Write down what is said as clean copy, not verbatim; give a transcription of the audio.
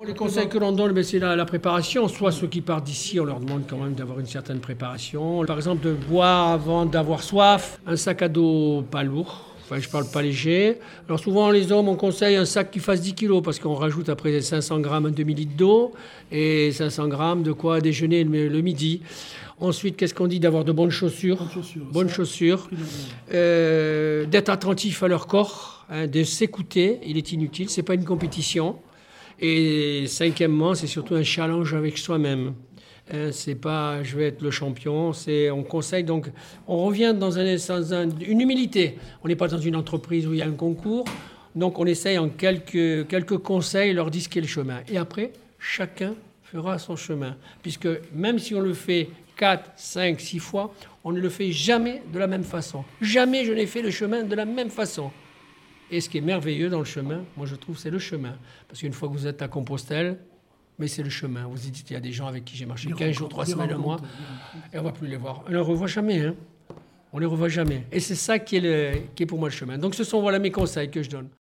Les conseils que l'on donne, c'est la préparation. Soit ceux qui partent d'ici, on leur demande quand même d'avoir une certaine préparation. Par exemple, de boire avant d'avoir soif, un sac à dos pas lourd. Enfin, je parle pas léger. Alors souvent, les hommes, on conseille un sac qui fasse 10 kilos parce qu'on rajoute après 500 grammes, un demi-litre d'eau et 500 grammes de quoi déjeuner le midi. Ensuite, qu'est-ce qu'on dit? D'avoir de bonnes chaussures. Bonnes chaussures. D'être attentif à leur corps, de s'écouter. Il est inutile, c'est pas une compétition. Et cinquièmement, c'est surtout un challenge avec soi-même. C'est pas je vais être le champion, on conseille donc on revient dans une humilité. On n'est pas dans une entreprise où il y a un concours, donc on essaye en quelques conseils leur dire ce qu'est le chemin. Et après, chacun fera son chemin, puisque même si on le fait 4, 5, 6 fois, on ne le fait jamais de la même façon. Jamais je n'ai fait le chemin de la même façon. Et ce qui est merveilleux dans le chemin, moi je trouve, c'est le chemin. Parce qu'une fois que vous êtes à Compostelle, mais c'est le chemin. Vous dites, il y a des gens avec qui j'ai marché 15 jours, 3 semaines, un mois, et on ne va plus les voir. On ne les revoit jamais. On ne les revoit jamais. Et c'est ça qui est pour moi le chemin. Donc ce sont mes conseils que je donne.